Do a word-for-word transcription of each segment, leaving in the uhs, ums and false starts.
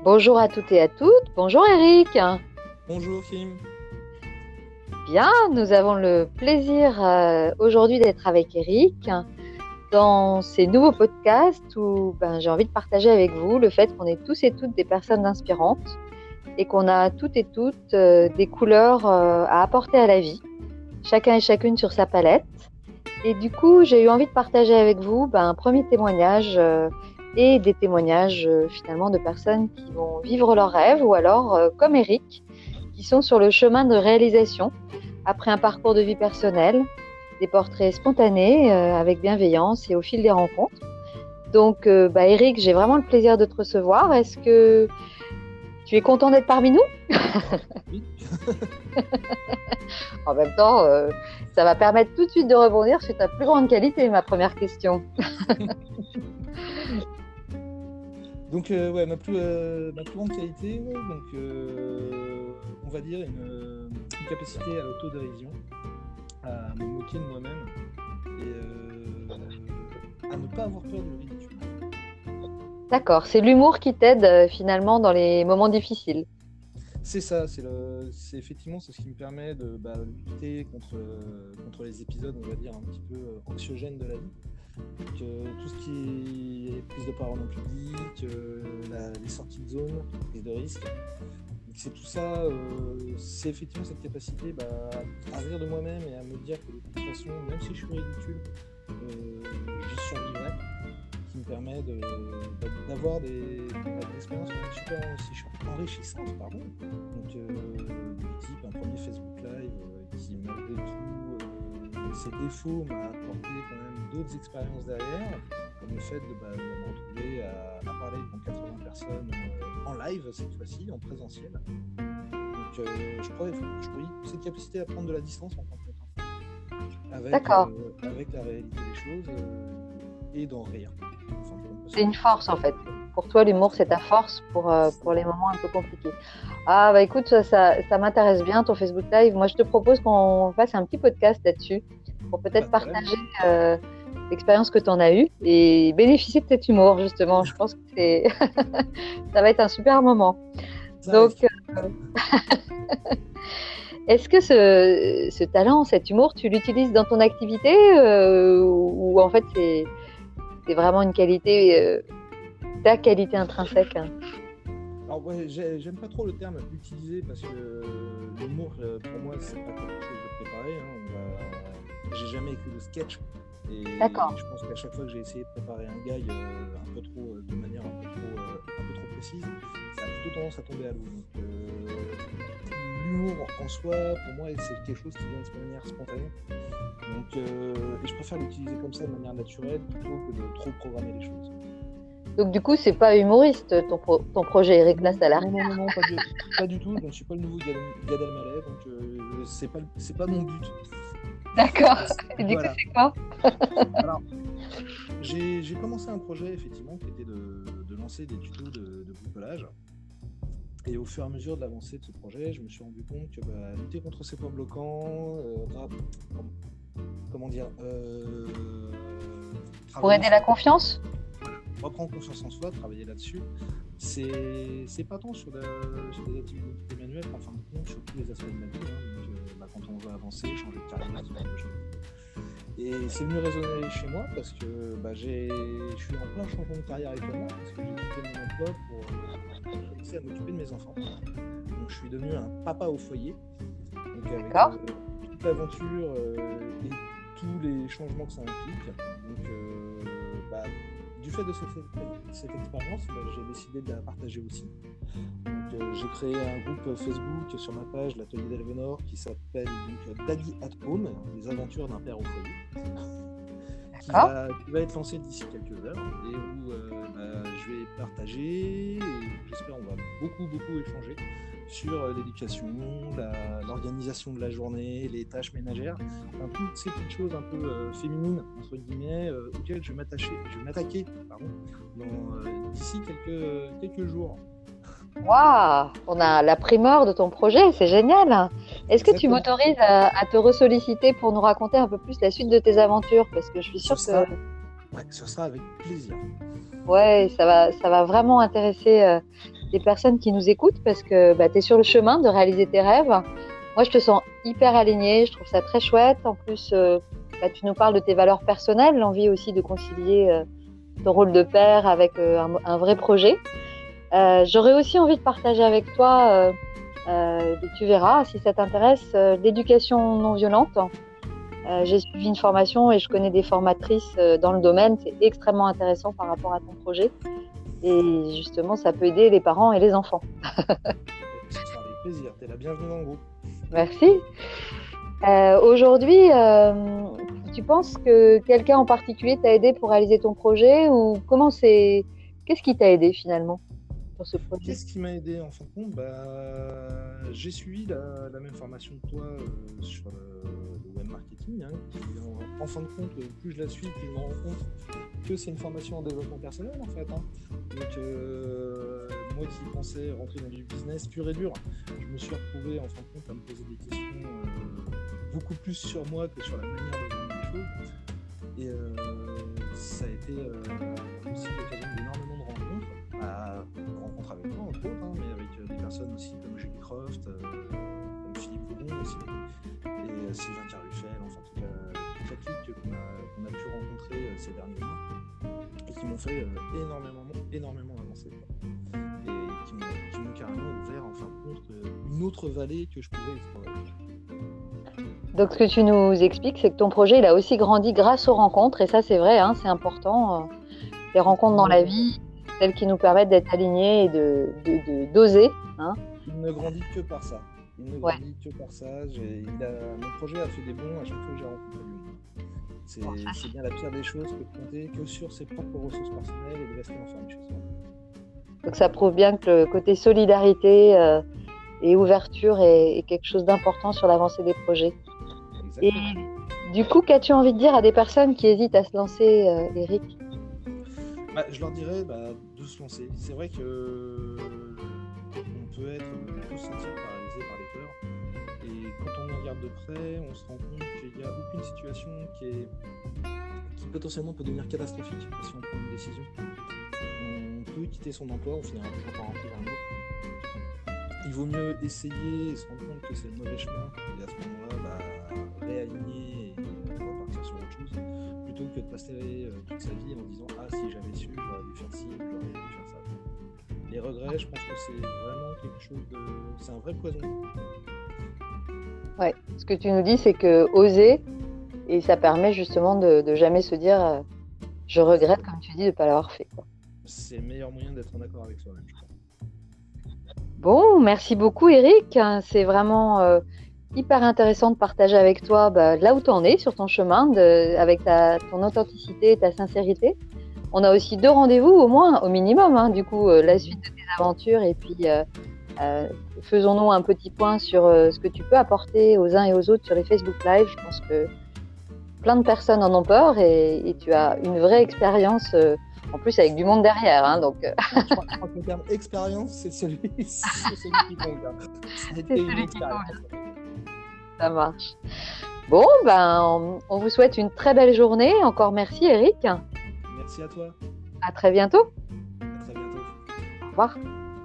Bonjour à toutes et à toutes. Bonjour Eric. Bonjour Kim. Bien, nous avons le plaisir euh, aujourd'hui d'être avec Eric dans ces nouveaux podcasts où ben, j'ai envie de partager avec vous le fait qu'on est tous et toutes des personnes inspirantes et qu'on a toutes et toutes euh, des couleurs euh, à apporter à la vie, chacun et chacune sur sa palette. Et du coup, j'ai eu envie de partager avec vous ben, un premier témoignage euh, et des témoignages euh, finalement de personnes qui vont vivre leurs rêves ou alors, euh, comme Eric, qui sont sur le chemin de réalisation après un parcours de vie personnelle, des portraits spontanés euh, avec bienveillance et au fil des rencontres. Donc, euh, bah, Eric, j'ai vraiment le plaisir de te recevoir. Est-ce que tu es content d'être parmi nous ? Oui. En même temps, euh, ça va permettre tout de suite de rebondir sur ta plus grande qualité, ma première question. Donc, euh, ouais, ma plus, euh, ma plus grande qualité, ouais, donc, euh, on va dire une, une capacité à l'autodérision, à me moquer de moi-même et euh, à ne pas avoir peur du ridicule. D'accord, c'est l'humour qui t'aide euh, finalement dans les moments difficiles. C'est ça, c'est, le, c'est effectivement c'est ce qui me permet de bah, lutter contre, contre les épisodes, on va dire, un petit peu anxiogènes de la vie. Donc, euh, tout ce qui est prise de parole en public, euh, la, les sorties de zone, prise de risque. Donc, c'est tout ça, euh, c'est effectivement cette capacité bah, à rire de moi-même et à me dire que de toute façon, même si je suis ridicule, euh, j'y survivrai, qui me permet de, bah, d'avoir des, des expériences super enrichissantes. Pardon. Donc, euh, du type un premier Facebook Live euh, qui, malgré tout, euh, ses défauts, m'a apporté quand même d'autres expériences derrière, comme le fait de, bah, de me retrouver à, à parler devant quatre-vingts personnes euh, en live cette fois-ci, en présentiel. Donc, euh, je crois que cette capacité à prendre de la distance en tant que avec, D'accord. Euh, avec la réalité des choses euh, et d'en rire. Enfin, c'est une force en fait. Pour toi, l'humour, c'est ta force pour, euh, pour les moments un peu compliqués. Ah bah écoute, ça, ça, ça m'intéresse bien ton Facebook Live. Moi, je te propose qu'on fasse un petit podcast là-dessus pour peut-être partager euh, l'expérience que tu en as eue et bénéficier de cet humour justement. Je pense que c'est ça va être un super moment. Ça Donc, euh... est-ce que ce, ce talent, cet humour, tu l'utilises dans ton activité euh, ou en fait c'est, c'est vraiment une qualité, euh, ta qualité intrinsèque hein? Alors ouais, j'aime pas trop le terme utiliser parce que l'humour pour moi c'est pas quelque chose de préparé. Hein. On va... J'ai jamais écrit de sketch et D'accord. je pense qu'à chaque fois que j'ai essayé de préparer un gag euh, un peu trop, de manière un peu trop, euh, un peu trop précise, ça a plutôt tendance à tomber à l'eau. Donc euh, l'humour en soi, pour moi, c'est quelque chose qui vient de manière spontanée. Donc euh, et je préfère l'utiliser comme ça de manière naturelle plutôt que de trop programmer les choses. Donc du coup, c'est pas humoriste ton, pro- ton projet Eric là, ça a l'air. Non, non, non, non, pas du, pas du tout. Je ne suis pas le nouveau Gad, Gad Elmaleh, donc euh, c'est pas, c'est pas mon but. D'accord. Et du voilà. coup, c'est quoi? Alors, j'ai, j'ai commencé un projet effectivement qui était de, de lancer des tutos de, de bricolage. Et au fur et à mesure de l'avancée de ce projet, je me suis rendu compte que bah, lutter contre ces points bloquants, euh, comment dire, euh, pour aider la confiance. Reprendre confiance en soi, travailler là-dessus, c'est, c'est pas tant sur, la, sur des activités manuelles, enfin sur tous les aspects de ma vie, hein, donc, euh, bah, quand on veut avancer, changer de carrière, ce genre de choses. Et c'est venu résonner chez moi parce que bah, j'ai, je suis en plein changement de carrière actuellement, parce que j'ai quitté mon emploi pour euh, commencer à m'occuper de mes enfants. Donc je suis devenu un papa au foyer, donc avec euh, toute l'aventure euh, et tous les changements que ça implique. Donc euh, bah, du fait de cette, cette expérience, bah, j'ai décidé de la partager aussi. Donc, euh, j'ai créé un groupe Facebook sur ma page, l'Atelier d'Elvenor, qui s'appelle donc, Daddy at Home, les aventures d'un père au foyer, qui va, qui va être lancé d'ici quelques heures, et où euh, bah, je vais partager, et j'espère on va beaucoup, beaucoup échanger sur l'éducation, la, l'organisation de la journée, les tâches ménagères, enfin, toutes ces petites choses un peu euh, féminines, entre guillemets, euh, auxquelles je vais, m'attacher, je vais m'attaquer pardon, dans, euh, d'ici quelques, quelques jours. Waouh, on a la primeur de ton projet, c'est génial. Est-ce que Exactement. Tu m'autorises à, à te ressolliciter pour nous raconter un peu plus la suite de tes aventures? Parce que je suis sûre ce sera, que... Ouais, ce sera avec plaisir. Ouais, ça va, ça va vraiment intéresser euh, les personnes qui nous écoutent parce que bah, tu es sur le chemin de réaliser tes rêves. Moi, je te sens hyper alignée, je trouve ça très chouette. En plus, euh, bah, tu nous parles de tes valeurs personnelles, l'envie aussi de concilier euh, ton rôle de père avec euh, un, un vrai projet. Euh, j'aurais aussi envie de partager avec toi, euh, euh, tu verras si ça t'intéresse, euh, l'éducation non violente. Euh, j'ai suivi une formation et je connais des formatrices euh, dans le domaine. C'est extrêmement intéressant par rapport à ton projet. Et justement, ça peut aider les parents et les enfants. Ce sera avec plaisir. Tu es la bienvenue dans le groupe. Merci. Euh, aujourd'hui, euh, tu penses que quelqu'un en particulier t'a aidé pour réaliser ton projet ou comment c'est... Qu'est-ce qui t'a aidé finalement pour ce projet? Qu'est-ce qui m'a aidé en fin de compte? bah, J'ai suivi la, la même formation que toi euh, sur le, le web marketing. Hein, qui, en, en fin de compte, plus je la suis, plus je me rends compte que c'est une formation en développement personnel en fait. Hein. Donc, euh, moi qui pensais rentrer dans du business pur et dur, je me suis retrouvé en fin de compte à me poser des questions euh, beaucoup plus sur moi que sur la manière de vendre les choses. Et euh, ça a été euh, aussi l'occasion d'énormément de rencontres. Bah, de rencontres avec toi entre autres, hein, mais avec euh, des personnes aussi comme Julie Croft, euh, comme Philippe Rougon aussi, et euh, Sylvain Caruffel, enfin toute la, toute la clique qu'on a, qu'on a pu rencontrer euh, ces derniers mois, et qui m'ont fait euh, énormément, énormément avancer. Quoi. Et qui m'ont, qui m'ont carrément ouvert en fin de compte euh, une autre vallée que je pouvais explorer. Donc, ce que tu nous expliques, c'est que ton projet, il a aussi grandi grâce aux rencontres. Et ça, c'est vrai, hein, c'est important. Euh, les rencontres dans la vie, celles qui nous permettent d'être alignés et de, de, de, d'oser. Hein. Il ne grandit que par ça. Il ne ouais. grandit que par ça. J'ai, il a, mon projet a fait des bons à chaque fois que j'ai rencontré lui. C'est, bon, c'est bien la pire des choses que de compter que sur ses propres ressources personnelles et de rester enfermé chez soi. Donc, ça prouve bien que le côté solidarité euh, et ouverture est, est quelque chose d'important sur l'avancée des projets. Et du coup, qu'as-tu envie de dire à des personnes qui hésitent à se lancer, euh, Eric? bah, Je leur dirais bah, de se lancer. C'est vrai que on peut être, on peut se sentir paralysé par les peurs. Et quand on regarde de près, on se rend compte qu'il n'y a aucune situation qui, est, qui potentiellement peut devenir catastrophique si on prend une décision. On peut quitter son emploi, on finira toujours par en trouver un autre. Il vaut mieux essayer et se rendre compte que c'est le mauvais chemin. Et à ce moment-là, bah, réaligner et repartir sur autre chose, plutôt que de passer euh, toute sa vie en disant « Ah, si j'avais su, j'aurais dû faire ci, j'aurais dû faire ça. » Les regrets, je pense que c'est vraiment quelque chose de... C'est un vrai poison. Ouais, ce que tu nous dis, c'est que oser, et ça permet justement de, de jamais se dire euh, « Je regrette », comme tu dis, de ne pas l'avoir fait. Quoi. C'est le meilleur moyen d'être en accord avec soi-même, je crois. Bon, merci beaucoup Eric, c'est vraiment euh, hyper intéressant de partager avec toi bah, là où tu en es sur ton chemin, de, avec ta, ton authenticité et ta sincérité. On a aussi deux rendez-vous au moins, au minimum, hein, du coup, euh, la suite de tes aventures et puis euh, euh, faisons-nous un petit point sur euh, ce que tu peux apporter aux uns et aux autres sur les Facebook Live. Je pense que plein de personnes en ont peur et, et tu as une vraie expérience euh, en plus avec du monde derrière, hein, donc. Je crois, je crois que le terme expérience, c'est celui, c'est celui qui compte. Ça a été une expérience. Ça marche. Bon, ben, on, on vous souhaite une très belle journée. Encore merci, Eric. Merci à toi. À très bientôt. À très bientôt. Au revoir.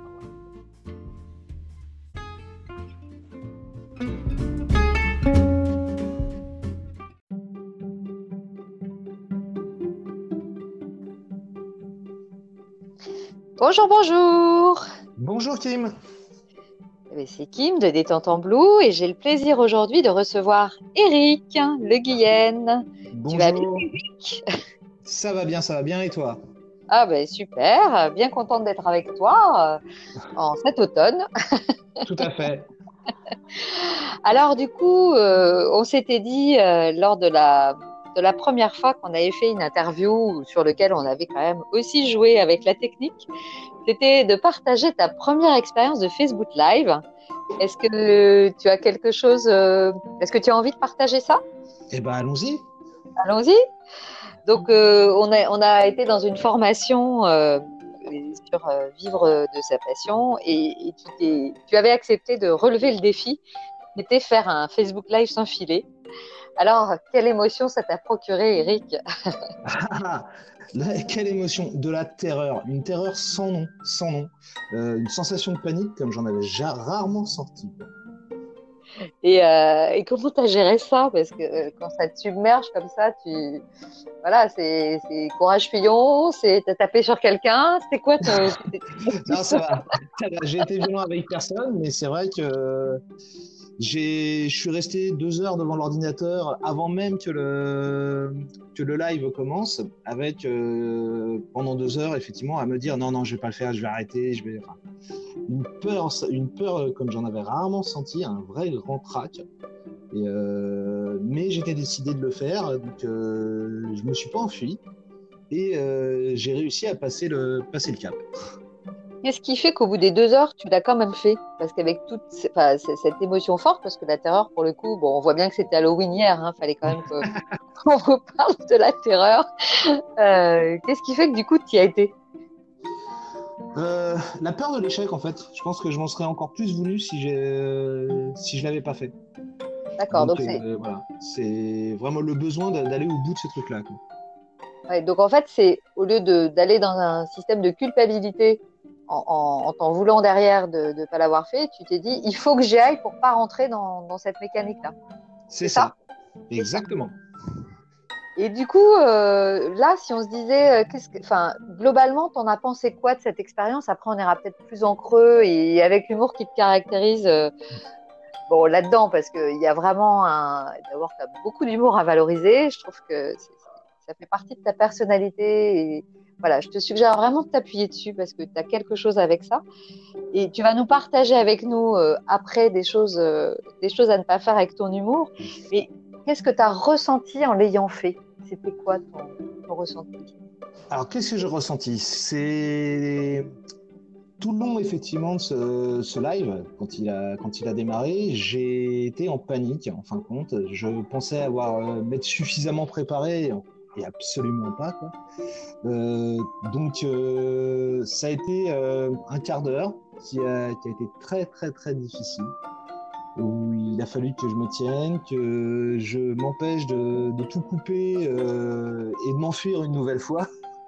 Bonjour, bonjour. Bonjour Kim. C'est Kim de Détente en Blue et j'ai le plaisir aujourd'hui de recevoir Eric Le Guyenne. Bonjour. Tu vas bien, Eric? Ça va bien, ça va bien et toi? Ah ben super, bien contente d'être avec toi euh, en cet automne. Tout à fait. Alors du coup, euh, on s'était dit euh, lors de la de la première fois qu'on avait fait une interview sur laquelle on avait quand même aussi joué avec la technique, c'était de partager ta première expérience de Facebook Live. Est-ce que tu as quelque chose, euh, est-ce que tu as envie de partager ça? Eh ben allons-y. Allons-y. Donc euh, on a on a été dans une formation euh, sur euh, vivre de sa passion et, et tu, t'es, tu avais accepté de relever le défi, qui était faire un Facebook Live sans filet. Alors, quelle émotion ça t'a procuré, Eric? Ah, là, quelle émotion! De la terreur, une terreur sans nom, sans nom. Euh, une sensation de panique comme j'en avais ja- rarement senti, quoi. Et, euh, et comment t'as géré ça? Parce que euh, quand ça te submerge comme ça, tu voilà, c'est c'est courage fillon, c'est t'as tapé sur quelqu'un, c'était quoi ton tes Non, ça astuces? va. Ça va. J'ai été violent avec personne, mais c'est vrai que j'ai, je suis resté deux heures devant l'ordinateur avant même que le, que le live commence, avec euh, pendant deux heures, effectivement, à me dire non, non, je vais pas le faire, je vais arrêter, je vais. Enfin, une peur, une peur euh, comme j'en avais rarement senti, un vrai grand trac. Et euh, mais j'étais décidé de le faire, donc euh, je me suis pas enfui et euh, j'ai réussi à passer le, passer le cap. Qu'est-ce qui fait qu'au bout des deux heures, tu l'as quand même fait? Parce qu'avec toute ce- enfin, c- cette émotion forte, parce que la terreur, pour le coup, bon, on voit bien que c'était Halloween hier, hein, fallait quand même que- qu'on reparle de la terreur. Euh, qu'est-ce qui fait que du coup, tu y as été? Euh, la peur de l'échec, en fait, je pense que je m'en serais encore plus voulu si j'ai, euh, si je l'avais pas fait. D'accord, Donc donc c'est, euh, voilà, c'est vraiment le besoin d'a- d'aller au bout de ce truc-là, quoi. ouais, donc en fait, c'est au lieu de d'aller dans un système de culpabilité en, en, en t'en voulant derrière de ne pas l'avoir fait, tu t'es dit, il faut que j'y aille pour pas rentrer dans, dans cette mécanique-là. C'est C'est ça? ça, C'est ça. exactement. Et du coup, euh, là, si on se disait, euh, qu'est-ce que, enfin, globalement, t'en as pensé quoi de cette expérience? Après, on ira peut-être plus en creux et avec l'humour qui te caractérise, euh, bon, là-dedans, parce qu'il y a vraiment un, d'abord, t'as beaucoup d'humour à valoriser. Je trouve que c'est- c'est- ça fait partie de ta personnalité. Et voilà, je te suggère vraiment de t'appuyer dessus parce que tu as quelque chose avec ça. Et tu vas nous partager avec nous euh, après des choses, euh, des choses à ne pas faire avec ton humour. Mais qu'est-ce que tu as ressenti en l'ayant fait? C'était quoi ton, ton ressenti? Alors, qu'est-ce que j'ai ressenti? C'est tout le long, effectivement, de ce, ce live, quand il a, quand il a démarré, j'ai été en panique, en fin de compte. Je pensais avoir euh, m'être suffisamment préparé, et absolument pas, quoi. Euh, donc, euh, ça a été euh, un quart d'heure qui a, qui a été très, très, très difficile, où il a fallu que je me tienne, que je m'empêche de, de tout couper euh, et de m'enfuir une nouvelle fois.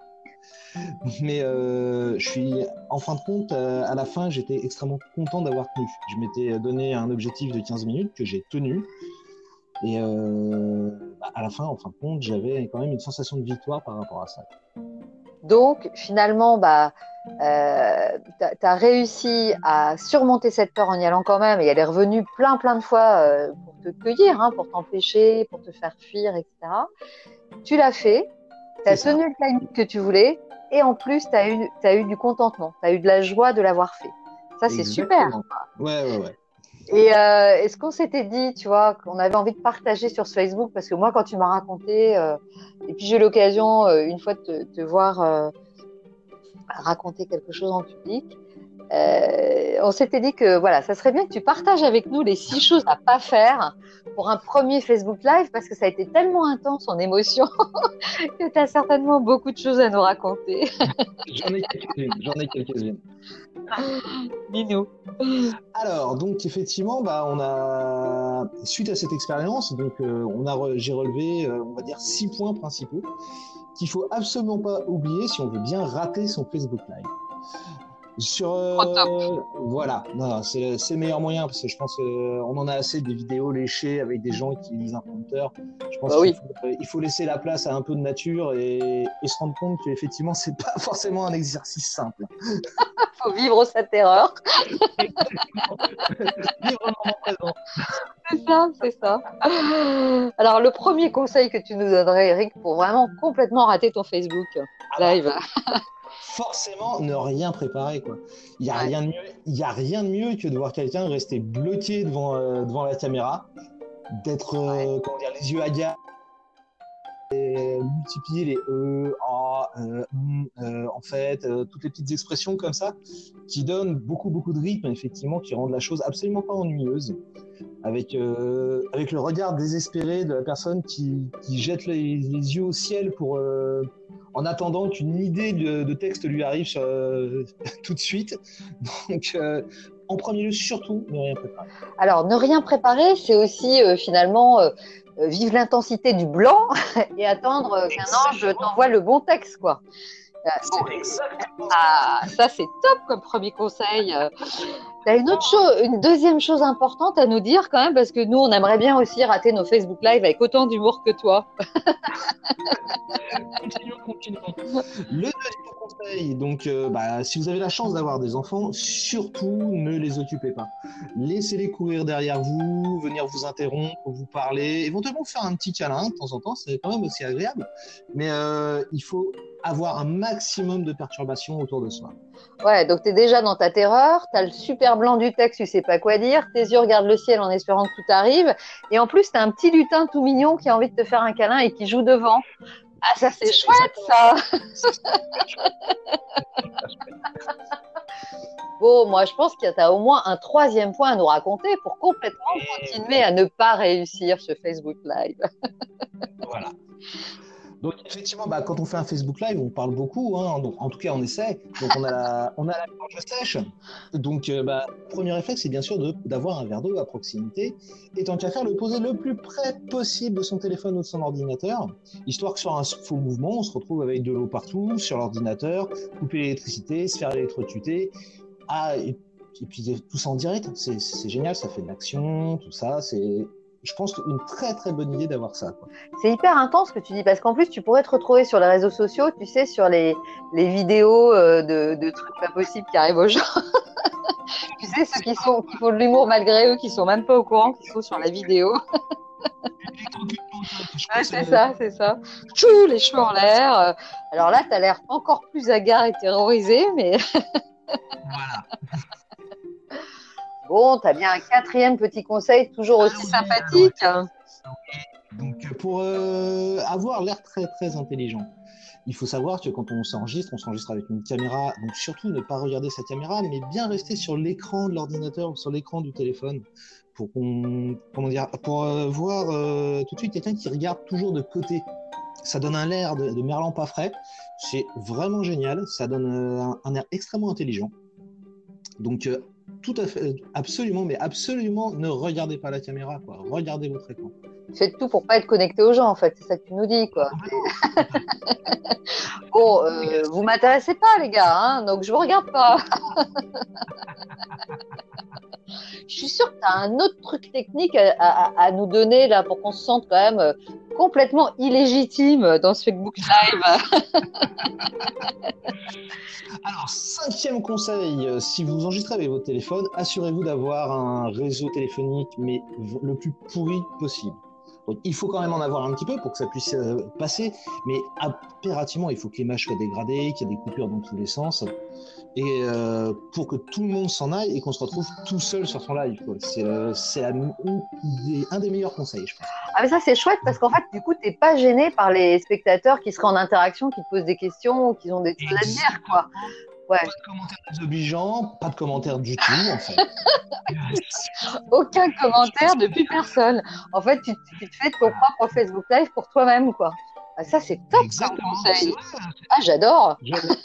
Mais euh, je suis, en fin de compte, euh, à la fin, j'étais extrêmement content d'avoir tenu. Je m'étais donné un objectif de quinze minutes que j'ai tenu. Et euh, bah, à la fin, en fin de compte, j'avais quand même une sensation de victoire par rapport à ça. Donc, finalement, bah, euh, tu as réussi à surmonter cette peur en y allant quand même, et elle est revenue plein, plein de fois euh, pour te cueillir, hein, pour t'empêcher, pour te faire fuir, et cetera. Tu l'as fait, tu C'est as ça. tenu le timing que tu voulais, et en plus, tu as eu, t'as eu du contentement, tu as eu de la joie de l'avoir fait. Ça, c'est super. Exactement. Ouais, ouais, ouais. Et euh, est-ce qu'on s'était dit, tu vois, qu'on avait envie de partager sur ce Facebook, parce que moi, quand tu m'as raconté, euh, et puis j'ai eu l'occasion euh, une fois de te, te voir euh, raconter quelque chose en public, euh, on s'était dit que voilà, ça serait bien que tu partages avec nous les six choses à pas faire pour un premier Facebook Live, parce que ça a été tellement intense en émotion que tu as certainement beaucoup de choses à nous raconter. J'en ai quelques-unes. J'en ai quelques-unes. Dis-nous. Alors, donc effectivement, bah, on a suite à cette expérience, donc euh, on a re- j'ai relevé, euh, on va dire six points principaux qu'il faut absolument pas oublier si on veut bien rater son Facebook Live. Sur Trop top. euh, voilà, non, non, c'est c'est le meilleur moyen parce que je pense qu'on en a assez des vidéos léchées avec des gens qui lisent un prompteur. Je pense Bah qu'il oui, faut, il faut laisser la place à un peu de nature et, et se rendre compte qu'effectivement c'est pas forcément un exercice simple. faut vivre sa terreur. Vivre le moment présent. C'est ça, c'est ça. Alors, le premier conseil que tu nous donnerais, Eric, pour vraiment complètement rater ton Facebook Ah bah, Live. forcément ne rien préparer, quoi. Il y a Ouais. rien de mieux, il y a rien de mieux que de voir quelqu'un rester bloqué devant euh, devant la caméra, d'être euh, comment dire les yeux hagards, multiplier les e, a, euh, mm, euh, en fait, euh, toutes les petites expressions comme ça qui donnent beaucoup beaucoup de rythme, effectivement, qui rendent la chose absolument pas ennuyeuse. Avec, euh, avec le regard désespéré de la personne qui, qui jette les, les yeux au ciel pour, euh, en attendant qu'une idée de, de texte lui arrive sur, euh, tout de suite. Donc, euh, en premier lieu, surtout, ne rien préparer. Alors, ne rien préparer, c'est aussi euh, finalement euh, euh, vivre l'intensité du blanc et attendre euh, qu'un ange t'envoie le bon texte, quoi. Euh, bon, Exactement. ah, ça c'est top comme premier conseil. Euh, T'as une autre chose, une deuxième chose importante à nous dire quand même, parce que nous on aimerait bien aussi rater nos Facebook Live avec autant d'humour que toi. Continuons, continuons. Le deuxième conseil, donc, euh, bah, si vous avez la chance d'avoir des enfants, surtout ne les occupez pas. Laissez-les courir derrière vous, venir vous interrompre, vous parler, éventuellement faire un petit câlin de temps en temps, c'est quand même aussi agréable. Mais euh, il faut avoir un maximum de perturbations autour de soi. Ouais, donc t'es déjà dans ta terreur, t'as le super blanc du texte, tu sais pas quoi dire, tes yeux regardent le ciel en espérant que tout arrive, et en plus t'as un petit lutin tout mignon qui a envie de te faire un câlin et qui joue devant. Ah, ça c'est chouette ça. Bon, moi je pense qu'il y a au moins un troisième point à nous raconter pour complètement continuer à ne pas réussir ce Facebook Live. Voilà. Donc effectivement, bah, quand on fait un Facebook Live, on parle beaucoup, hein, donc, en tout cas on essaie, donc on a la, on a la gorge sèche. Donc euh, bah, le premier réflexe, c'est bien sûr de, d'avoir un verre d'eau à proximité, et tant qu'à faire, le poser le plus près possible de son téléphone ou de son ordinateur, histoire que sur un faux mouvement, on se retrouve avec de l'eau partout, sur l'ordinateur, couper l'électricité, se faire électrocuter, ah, et, et puis tout ça en direct, c'est, c'est génial, ça fait de l'action, tout ça, c'est... Je pense qu'une très très bonne idée d'avoir ça, quoi. C'est hyper intense ce que tu dis, parce qu'en plus tu pourrais te retrouver sur les réseaux sociaux, tu sais, sur les, les vidéos euh, de, de trucs pas possibles qui arrivent aux gens. Tu sais, ceux qui, sont, qui font de l'humour malgré eux, qui sont même pas au courant qu'ils sont sur la vidéo. Ouais, c'est ça, c'est ça. Tchou, les cheveux en l'air. Alors là, tu as l'air encore plus hagard et terrorisé, mais... Voilà. Bon, tu as bien un quatrième petit conseil, toujours aussi Ah oui, sympathique. alors, Donc, pour euh, avoir l'air très très intelligent, il faut savoir que quand on s'enregistre, on s'enregistre avec une caméra. Donc, surtout ne pas regarder sa caméra, mais bien rester sur l'écran de l'ordinateur ou sur l'écran du téléphone pour qu'on, comment dire, pour euh, voir euh, tout de suite quelqu'un qui regarde toujours de côté. Ça donne un air de, de merlan pas frais. C'est vraiment génial. Ça donne euh, un, un air extrêmement intelligent. Donc, euh, tout à fait, absolument, mais absolument, ne regardez pas la caméra, quoi. Regardez votre écran. Faites tout pour pas être connecté aux gens, en fait. C'est ça que tu nous dis, quoi. Bon, euh, vous m'intéressez pas, les gars, hein, donc je vous regarde pas. Je suis sûre que tu as un autre truc technique à, à, à nous donner là pour qu'on se sente quand même euh, complètement illégitime dans ce Facebook Live. Alors, cinquième conseil, euh, si vous enregistrez avec votre téléphone, assurez-vous d'avoir un réseau téléphonique, mais v- le plus pourri possible. Donc, il faut quand même en avoir un petit peu pour que ça puisse euh, passer, mais impérativement, il faut que l'image soit dégradée, qu'il y ait des coupures dans tous les sens, et euh, pour que tout le monde s'en aille et qu'on se retrouve tout seul sur son live, quoi. C'est, euh, c'est la- un des, un des meilleurs conseils, je pense. Ah mais ça c'est chouette parce qu'en fait du coup t'es pas gêné par les spectateurs qui seraient en interaction, qui te posent des questions ou qui ont des choses à te dire, quoi. Ouais. Pas de commentaires désobligeants, pas de commentaires du tout, en fait. Aucun commentaire depuis personne. En fait tu, tu te fais ton propre Facebook Live pour toi-même, quoi. Ah, ça c'est top comme conseil. Ah j'adore.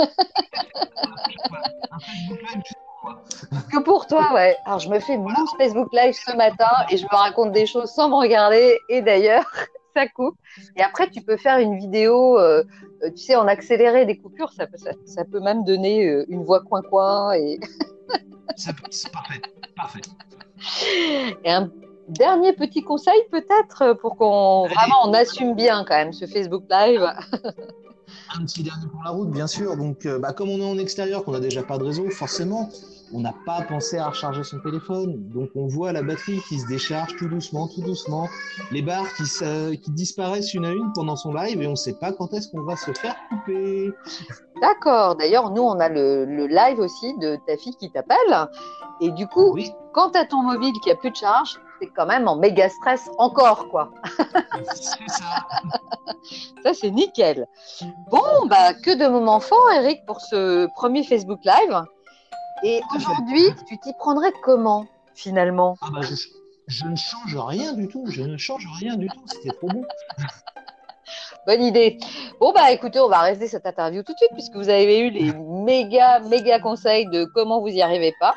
Que pour toi, ouais. Alors je me fais mon Facebook Live ce matin et je me raconte des choses sans me regarder, et d'ailleurs ça coupe. Et après tu peux faire une vidéo, euh, tu sais, en accéléré des coupures, ça peut, ça, ça peut même donner euh, une voix coin-coin. Et... C'est parfait, parfait. Et un dernier petit conseil peut-être pour qu'on Allez. vraiment on assume bien quand même ce Facebook Live. Un petit dernier pour la route, bien sûr. Donc, euh, bah, comme on est en extérieur, qu'on n'a déjà pas de réseau, forcément, on n'a pas pensé à recharger son téléphone. Donc, on voit la batterie qui se décharge tout doucement, tout doucement. Les barres qui, se, qui disparaissent une à une pendant son live et on ne sait pas quand est-ce qu'on va se faire couper. D'accord. D'ailleurs, nous, on a le, le live aussi de ta fille qui t'appelle. Et du coup, Oui. quand tu as ton mobile qui a plus de charge, c'est quand même en méga stress encore, quoi. C'est ça. Ça, c'est nickel. Bon, bah, que de moments forts, Eric, pour ce premier Facebook Live. Et aujourd'hui, tu t'y prendrais comment, finalement? Ah bah, je, je ne change rien du tout. Je ne change rien du tout. C'était trop bon. Bonne idée. Bon, bah écoutez, on va arrêter cette interview tout de suite puisque vous avez eu les méga, méga conseils de comment vous y arrivez pas.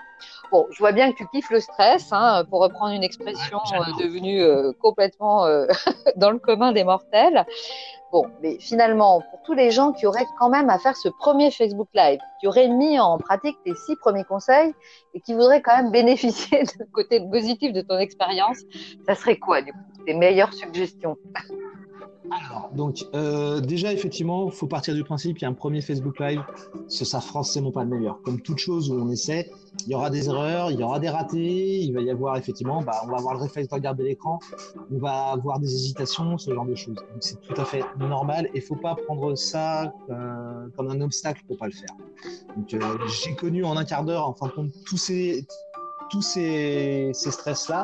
bon, je vois bien que tu kiffes le stress, hein, pour reprendre une expression euh, devenue euh, complètement euh, dans le commun des mortels. Bon, mais finalement, pour tous les gens qui auraient quand même à faire ce premier Facebook Live, qui auraient mis en pratique tes six premiers conseils et qui voudraient quand même bénéficier du côté positif de ton expérience, ça serait quoi, du coup, tes meilleures suggestions? Alors, donc, euh, déjà, effectivement, il faut partir du principe qu'il y a un premier Facebook Live, ce sera forcément pas le meilleur. Comme toute chose où on essaie, il y aura des erreurs, il y aura des ratés, il va y avoir effectivement, bah, on va avoir le réflexe de regarder l'écran, on va avoir des hésitations, ce genre de choses. Donc, c'est tout à fait normal et il ne faut pas prendre ça euh, comme un obstacle pour pas le faire. Donc, euh, j'ai connu en un quart d'heure, en fin de compte, tous ces, tous ces, ces stress-là.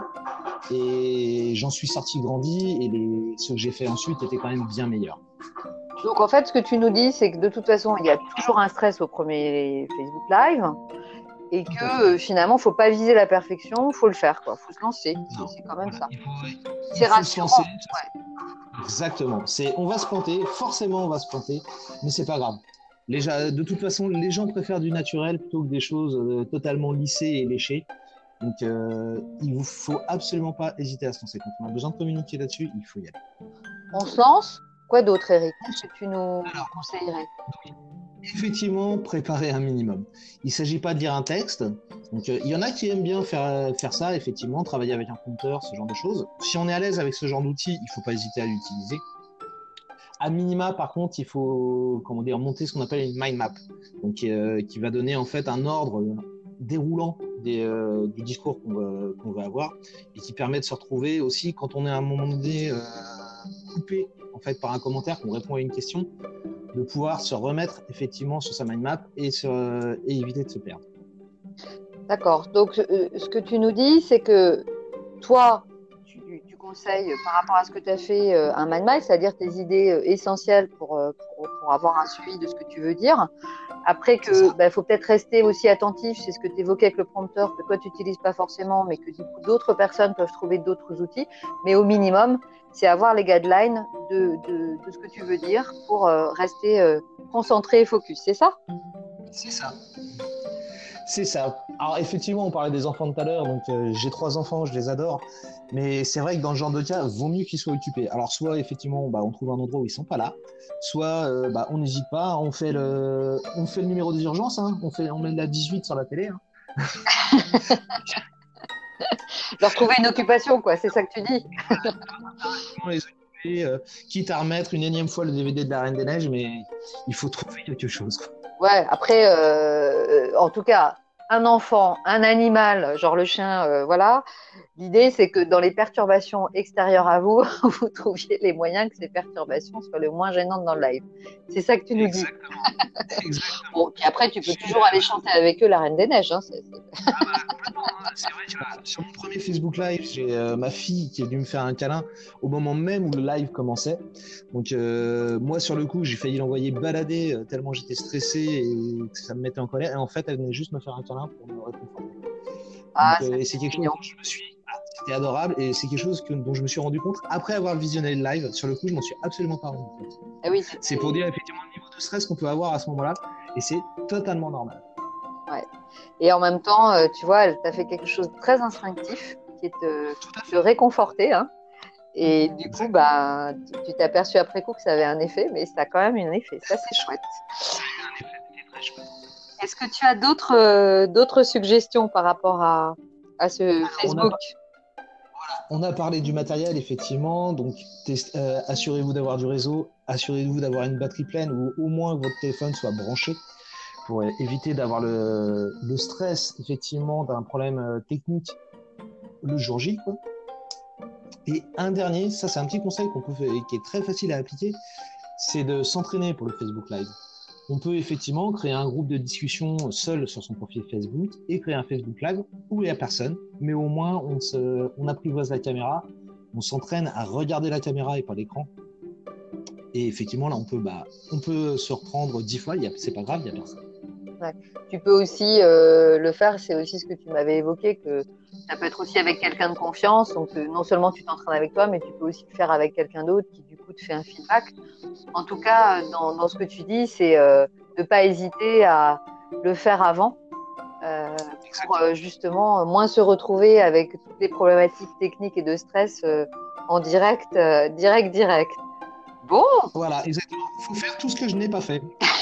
Et j'en suis sorti grandi et les, ce que j'ai fait ensuite était quand même bien meilleur. Donc en fait, ce que tu nous dis, c'est que de toute façon, il y a toujours un stress au premier Facebook Live et que euh, finalement, il ne faut pas viser la perfection, il faut le faire, il faut se lancer. C'est, c'est quand même voilà, ça. Il faut, c'est il faut rassurant. Se lancer. Ouais. Exactement. C'est, on va se planter, forcément on va se planter, mais c'est pas grave. Les, de toute façon, les gens préfèrent du naturel plutôt que des choses euh, totalement lissées et léchées. Donc, euh, il ne faut absolument pas hésiter à se lancer. Quand on a besoin de communiquer là-dessus, il faut y aller. On se lance. Quoi d'autre, Eric? Qu'est-ce que tu nous Alors, conseillerais? Effectivement, préparer un minimum. Il ne s'agit pas de lire un texte. Donc, euh, il y en a qui aiment bien faire, faire ça, effectivement, travailler avec un prompteur, ce genre de choses. Si on est à l'aise avec ce genre d'outil, il ne faut pas hésiter à l'utiliser. À minima, par contre, il faut comment dire, monter ce qu'on appelle une mind map, donc, euh, qui va donner en fait un ordre déroulant des, euh, du discours qu'on va, qu'on va avoir et qui permet de se retrouver aussi quand on est à un moment donné euh, coupé en fait, par un commentaire, qu'on répond à une question, de pouvoir se remettre effectivement sur sa mind map et, sur, euh, et éviter de se perdre. D'accord. Donc, euh, ce que tu nous dis, c'est que toi, tu, tu conseilles par rapport à ce que tu as fait euh, un mind map, c'est-à-dire tes idées euh, essentielles pour, euh, pour, pour avoir un suivi de ce que tu veux dire. Après que bah, faut peut-être rester aussi attentif, c'est ce que tu évoquais avec le prompteur, que toi tu n'utilises pas forcément, mais que du coup d'autres personnes peuvent trouver d'autres outils. Mais au minimum, c'est avoir les guidelines de, de, de ce que tu veux dire pour euh, rester euh, concentré et focus, c'est ça? C'est ça. C'est ça. Alors effectivement, on parlait des enfants tout à l'heure, donc euh, j'ai trois enfants, je les adore, mais c'est vrai que dans ce genre de cas, vaut mieux qu'ils soient occupés. Alors soit effectivement, bah, on trouve un endroit où ils sont pas là, soit euh, bah, on n'hésite pas, on fait le, on fait le numéro des urgences, hein, on fait, on met la dix-huit sur la télé. Hein. Leur trouver une occupation, quoi, c'est ça que tu dis. On les occuper, euh, quitte à remettre une énième fois le D V D de la Reine des Neiges, mais il faut trouver quelque chose. Quoi. Ouais, après, euh, en tout cas, un enfant, un animal, genre le chien, euh, voilà. L'idée, c'est que dans les perturbations extérieures à vous, vous trouviez les moyens que ces perturbations soient le moins gênantes dans le live. C'est ça que tu nous Exactement. dis. Exactement. Bon, puis après, tu peux toujours aller chanter avec eux la Reine des Neiges. Hein, c'est, c'est... Ah bah, complètement. Hein. C'est vrai que sur mon premier Facebook Live, j'ai euh, ma fille qui est venue me faire un câlin au moment même où le live commençait. Donc euh, moi, sur le coup, j'ai failli l'envoyer balader euh, tellement j'étais stressé et que ça me mettait en colère. Et en fait, elle venait juste me faire un câlin pour me réconforter. Ah, Donc, c'est euh, c'est quelque mignon. chose dont je me suis, ah, c'était adorable et c'est quelque chose que, dont je me suis rendu compte après avoir visionné le live. Sur le coup, je m'en suis absolument pas rendu compte. Ah oui, c'est pour dire effectivement le niveau de stress qu'on peut avoir à ce moment-là et c'est totalement normal. Ouais. Et en même temps, euh, tu vois, elle t'a fait quelque chose de très instinctif, qui est de te réconforter. Hein. Et du coup, bah, tu, tu t'es aperçu après coup que ça avait un effet, mais ça a quand même un effet. Ça, c'est chouette. Est-ce que tu as d'autres, euh, d'autres suggestions par rapport à, à ce Alors, Facebook? On a, on a parlé du matériel, effectivement. Donc, test, euh, assurez-vous d'avoir du réseau, assurez-vous d'avoir une batterie pleine ou au moins que votre téléphone soit branché pour éviter d'avoir le, le stress, effectivement, d'un problème euh, technique le jour J, quoi. Et un dernier, ça c'est un petit conseil qu'on peut faire, qui est très facile à appliquer, c'est de s'entraîner pour le Facebook Live. On peut effectivement créer un groupe de discussion seul sur son profil Facebook et créer un Facebook Live où il n'y a personne, mais au moins on, se, on apprivoise la caméra, on s'entraîne à regarder la caméra et pas l'écran. Et effectivement, là, on peut, bah, on peut se reprendre dix fois, y a, c'est pas grave, il n'y a personne. Ouais. Tu peux aussi euh, le faire, c'est aussi ce que tu m'avais évoqué, que ça peut être aussi avec quelqu'un de confiance. Donc, euh, non seulement tu t'entraînes avec toi, mais tu peux aussi le faire avec quelqu'un d'autre qui, du coup, te fait un feedback. En tout cas, dans, dans ce que tu dis, c'est euh, de ne pas hésiter à le faire avant. Euh, pour euh, justement euh, moins se retrouver avec toutes les problématiques techniques et de stress euh, en direct, euh, direct, direct. Bon, Voilà, exactement. Il faut faire tout ce que je n'ai pas fait.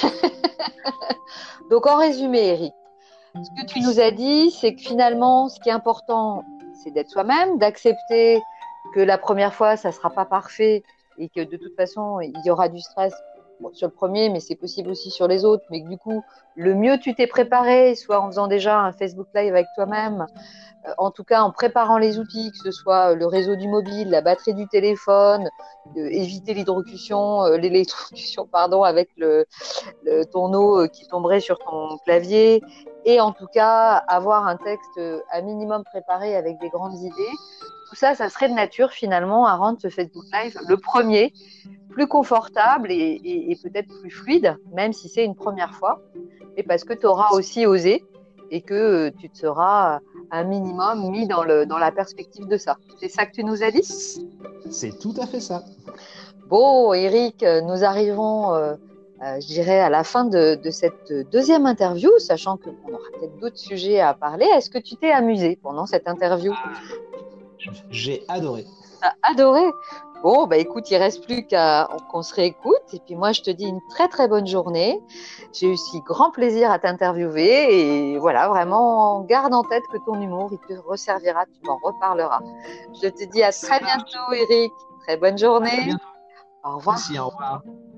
donc en résumé, Eric, ce que tu nous as dit, c'est que finalement, ce qui est important, c'est d'être soi-même, d'accepter que la première fois, ça ne sera pas parfait et que de toute façon, il y aura du stress bon, sur le premier, mais c'est possible aussi sur les autres. Mais que du coup, le mieux tu t'es préparé, soit en faisant déjà un Facebook Live avec toi-même, euh, en tout cas en préparant les outils, que ce soit le réseau du mobile, la batterie du téléphone, euh, éviter l'hydrocution, euh, l'électrocution, pardon, avec le, le, ton eau euh, qui tomberait sur ton clavier, et en tout cas avoir un texte euh, à minimum préparé avec des grandes idées. Tout ça, ça serait de nature finalement à rendre ce Facebook Live le premier plus confortable et, et, et peut-être plus fluide, même si c'est une première fois, et parce que tu auras aussi osé et que euh, tu te seras un minimum mis dans, le, dans la perspective de ça. C'est ça que tu nous as dit ? C'est tout à fait ça. Bon, Eric, nous arrivons, euh, euh, je dirais, à la fin de, de cette deuxième interview, sachant qu'on aura peut-être d'autres sujets à parler. Est-ce que tu t'es amusé pendant cette interview ? J'ai adoré. T'as adoré ? Bon, bah écoute, il ne reste plus qu'à qu'on se réécoute. Et puis moi, je te dis une très très bonne journée. J'ai eu aussi grand plaisir à t'interviewer. Et voilà, vraiment, garde en tête que ton humour, il te resservira, tu m'en reparleras. Je te dis à très bientôt, Eric. Très bonne journée. À bientôt. Au revoir. Merci, au revoir.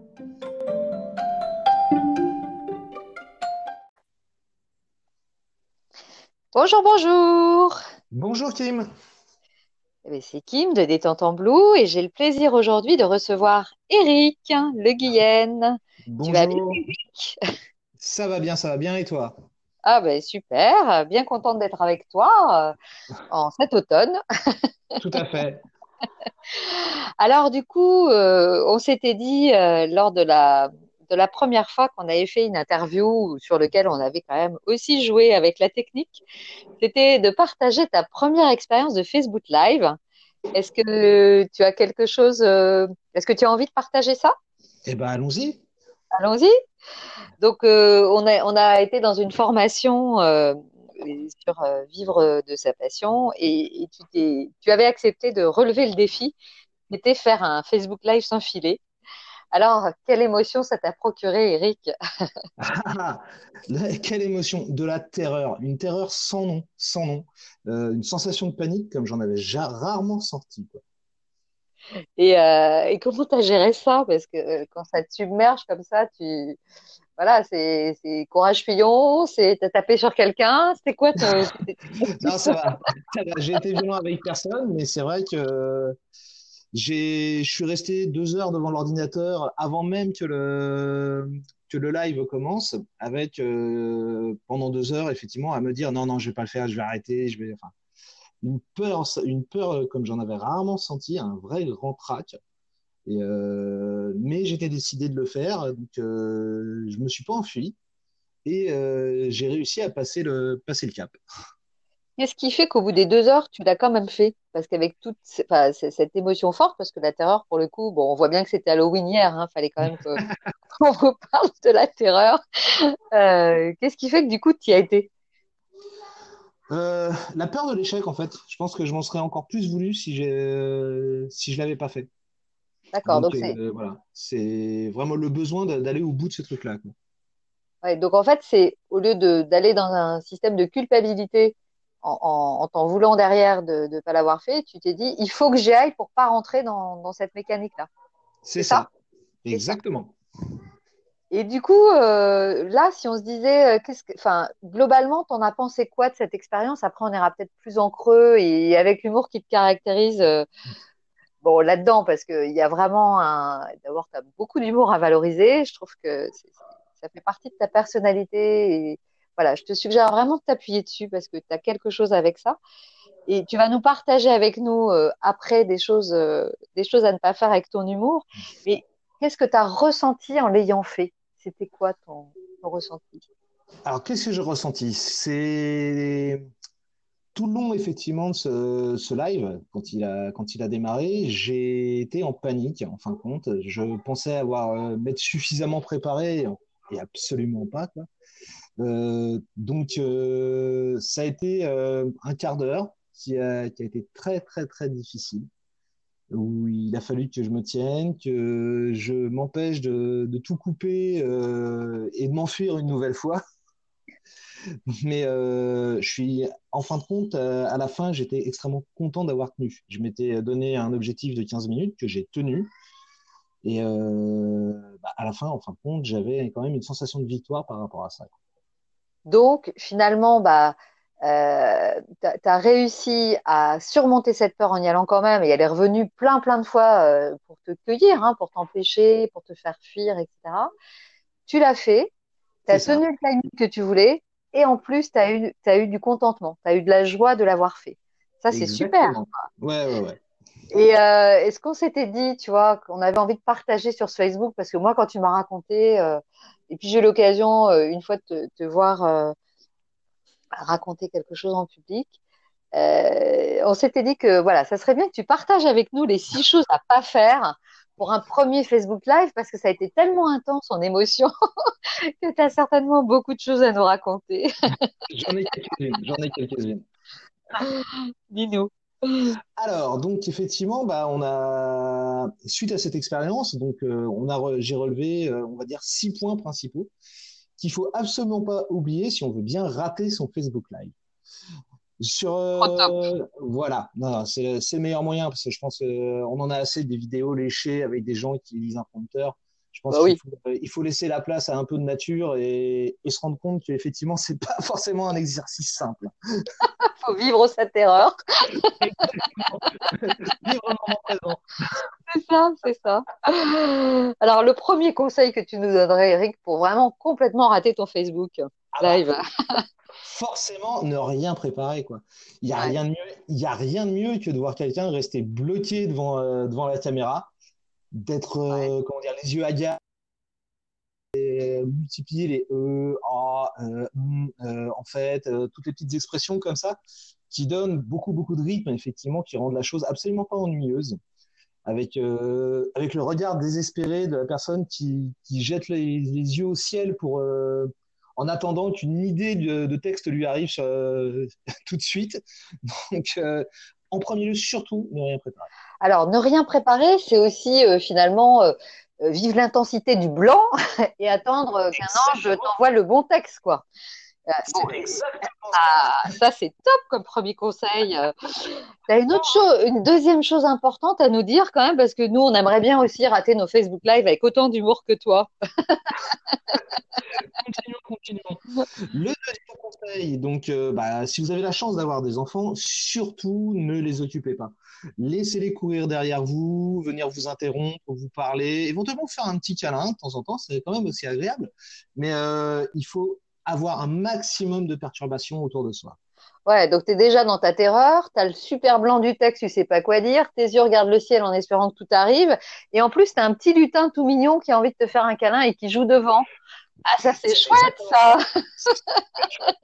Bonjour, bonjour. Bonjour Kim. C'est Kim de Détente en Blue et j'ai le plaisir aujourd'hui de recevoir Eric Le Guyenne. Tu vas bien, Bonjour. Eric ? Ça va bien, ça va bien et toi? Ah ben super, bien contente d'être avec toi euh, en cet automne. Tout à fait. Alors du coup, euh, on s'était dit euh, lors de la, de la première fois qu'on avait fait une interview sur laquelle on avait quand même aussi joué avec la technique, c'était de partager ta première expérience de Facebook Live. Est-ce que tu as quelque chose, euh, est-ce que tu as envie de partager ça? Eh ben allons-y. Allons-y. Donc, euh, on a, on a été dans une formation euh, sur euh, vivre de sa passion et, et tu t'es, tu avais accepté de relever le défi, qui était faire un Facebook Live sans filet. Alors, quelle émotion ça t'a procuré, Eric? Ah, là, quelle émotion, de la terreur, une terreur sans nom, sans nom, Euh, une sensation de panique comme j'en avais ja- rarement senti, quoi. Et, euh, et comment t'as géré ça? Parce que euh, quand ça te submerge comme ça, tu, voilà, c'est, c'est courage fillon, c'est t'as tapé sur quelqu'un, c'était quoi ton, tes Non, astuces? ça va, ça va. J'ai été violent avec personne, mais c'est vrai que j'ai, je suis resté deux heures devant l'ordinateur avant même que le que le live commence, avec euh, pendant deux heures effectivement à me dire non non je vais pas le faire, je vais arrêter, je vais. Enfin, une peur, une peur euh, comme j'en avais rarement senti, un vrai grand trac. Et euh, mais j'étais décidé de le faire, donc euh, je me suis pas enfui et euh, j'ai réussi à passer le passer le cap. Qu'est-ce qui fait qu'au bout des deux heures, tu l'as quand même fait? Parce qu'avec toute ce- enfin, c- cette émotion forte, parce que la terreur, pour le coup, bon, on voit bien que c'était Halloween hier, hein, fallait quand même que- qu'on reparle de la terreur. Euh, qu'est-ce qui fait que du coup, tu y as été? Euh, la peur de l'échec, en fait, je pense que je m'en serais encore plus voulu si j'ai si je l'avais pas fait. D'accord, Donc donc c'est, euh, voilà, c'est vraiment le besoin d'a- d'aller au bout de ce truc-là, quoi. ouais, donc en fait, c'est au lieu de d'aller dans un système de culpabilité en, en, en t'en voulant derrière de ne pas l'avoir fait, tu t'es dit, il faut que j'y aille pour pas rentrer dans, dans cette mécanique-là. C'est C'est ça? ça, C'est ça. exactement. Et du coup, euh, là, si on se disait, euh, qu'est-ce que, enfin, globalement, t'en as pensé quoi de cette expérience? Après, on ira peut-être plus en creux et avec l'humour qui te caractérise, euh, bon, là-dedans, parce qu'il y a vraiment un, d'abord, tu as beaucoup d'humour à valoriser. Je trouve que c'est- c'est- ça fait partie de ta personnalité. Et voilà, je te suggère vraiment de t'appuyer dessus parce que tu as quelque chose avec ça. Et tu vas nous partager avec nous euh, après des choses, euh, des choses à ne pas faire avec ton humour. Mais qu'est-ce que tu as ressenti en l'ayant fait? C'était quoi ton, ton ressenti? Alors qu'est-ce que j'ai ressenti? C'est tout le long, effectivement, de ce, ce live, quand il a, quand il a démarré, j'ai été en panique, en fin de compte. Je pensais avoir euh, m'être suffisamment préparé, et absolument pas, quoi. Euh, donc, euh, ça a été euh, un quart d'heure qui a, qui a été très, très, très difficile, où il a fallu que je me tienne, que je m'empêche de, de tout couper euh, et de m'enfuir une nouvelle fois. Mais euh, je suis, en fin de compte, euh, à la fin, j'étais extrêmement content d'avoir tenu. Je m'étais donné un objectif de quinze minutes que j'ai tenu. Et euh, bah, à la fin, en fin de compte, j'avais quand même une sensation de victoire par rapport à ça. Donc, finalement, bah, euh, tu as réussi à surmonter cette peur en y allant quand même, et elle est revenue plein, plein de fois euh, pour te cueillir, hein, pour t'empêcher, pour te faire fuir, et cetera. Tu l'as fait, tu C'est as ça. tenu le timing que tu voulais, et en plus, tu as eu, t'as eu du contentement, tu as eu de la joie de l'avoir fait. Ça, c'est super. Exactement. Ouais, ouais, ouais. Et euh, est-ce qu'on s'était dit, tu vois, qu'on avait envie de partager sur ce Facebook, parce que moi, quand tu m'as raconté, euh, et puis j'ai eu l'occasion euh, une fois de te, te voir euh, raconter quelque chose en public, euh, on s'était dit que voilà, ça serait bien que tu partages avec nous les six choses à pas faire pour un premier Facebook Live, parce que ça a été tellement intense en émotion que tu as certainement beaucoup de choses à nous raconter. J'en ai quelques-unes. J'en ai quelques-unes. Dis-nous. Alors, donc effectivement, bah, on a suite à cette expérience, donc euh, on a re- j'ai relevé, euh, on va dire six points principaux qu'il faut absolument pas oublier si on veut bien rater son Facebook Live. Sur Au top. euh, voilà, non, non, c'est c'est le meilleur moyen parce que je pense euh, on en a assez des vidéos léchées avec des gens qui lisent un prompteur. Je pense Bah qu'il oui, faut euh, il faut laisser la place à un peu de nature et, et se rendre compte qu'effectivement c'est pas forcément un exercice simple. faut vivre sa terreur. Vivre le moment présent. C'est ça, c'est ça. Alors, le premier conseil que tu nous donnerais, Eric, pour vraiment complètement rater ton Facebook Ah bah, Live. forcément ne rien préparer quoi. Il y a Ouais, rien de mieux, il y a rien de mieux que de voir quelqu'un rester bloqué devant euh, devant la caméra, d'être ouais. euh, comment dire les yeux hagards, euh, multiplier les e, a, euh, mm, euh, en fait, euh, toutes les petites expressions comme ça qui donnent beaucoup beaucoup de rythme effectivement, qui rendent la chose absolument pas ennuyeuse. Avec euh, avec le regard désespéré de la personne qui qui jette les, les yeux au ciel pour euh, en attendant qu'une idée de, de texte lui arrive euh, tout de suite. Donc, euh, en premier lieu, surtout, ne rien préparer. Alors, ne rien préparer, c'est aussi euh, finalement euh, euh, vivre l'intensité du blanc et attendre euh, qu'un ange Exactement. t'envoie le bon texte, quoi. Euh, bon, C'est exactement ça. ah, ça, c'est top comme premier conseil. Euh, T'as une autre chose, une deuxième chose importante à nous dire quand même, parce que nous, on aimerait bien aussi rater nos Facebook Live avec autant d'humour que toi. Continuons, continuons. Le deuxième conseil, donc, euh, bah, si vous avez la chance d'avoir des enfants, surtout ne les occupez pas. Laissez-les courir derrière vous, venir vous interrompre, vous parler, éventuellement vous faire un petit câlin de temps en temps, c'est quand même aussi agréable. Mais euh, il faut avoir un maximum de perturbations autour de soi. Ouais, donc tu es déjà dans ta terreur, tu as le super blanc du texte, tu sais pas quoi dire, tes yeux regardent le ciel en espérant que tout arrive, et en plus tu as un petit lutin tout mignon qui a envie de te faire un câlin et qui joue devant. Ah, ça c'est C'est chouette exactement ça. ça. C'est super chouette.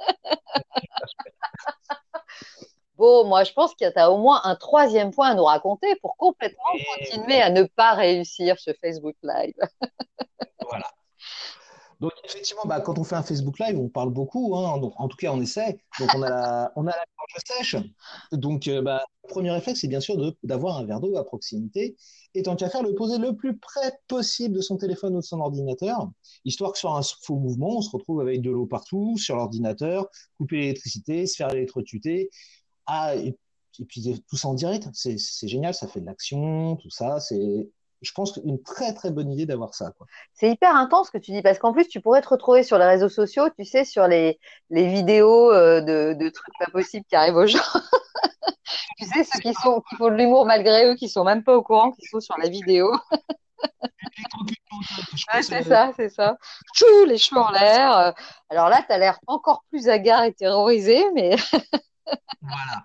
Bon, moi je pense que tu as au moins un troisième point à nous raconter pour complètement Et continuer à ne pas réussir ce Facebook Live. voilà. Donc effectivement, bah, quand on fait un Facebook Live, on parle beaucoup, hein, donc, en tout cas on essaie. Donc on a la, on a la gorge sèche. Donc euh, bah, le premier réflexe, c'est bien sûr de- d'avoir un verre d'eau à proximité. Et tant qu'à faire, le poser le plus près possible de son téléphone ou de son ordinateur, histoire que sur un faux mouvement, on se retrouve avec de l'eau partout, sur l'ordinateur, couper l'électricité, se faire électrocuter. Ah, et, et puis tout ça en direct, c'est c'est génial, ça fait de l'action, tout ça. C'est, je pense, une très très bonne idée d'avoir ça, quoi. C'est hyper intense ce que tu dis, parce qu'en plus tu pourrais te retrouver sur les réseaux sociaux, tu sais, sur les, les vidéos euh, de, de trucs pas possibles qui arrivent aux gens. Tu sais, ceux qui sont, qui font de l'humour malgré eux, qui sont même pas au courant, qui sont sur la vidéo. Je Ouais, pense, c'est euh, ça, c'est ça. Tchou, les cheveux en l'air. Euh, Alors là, tu as l'air encore plus hagard et terrorisé, mais voilà.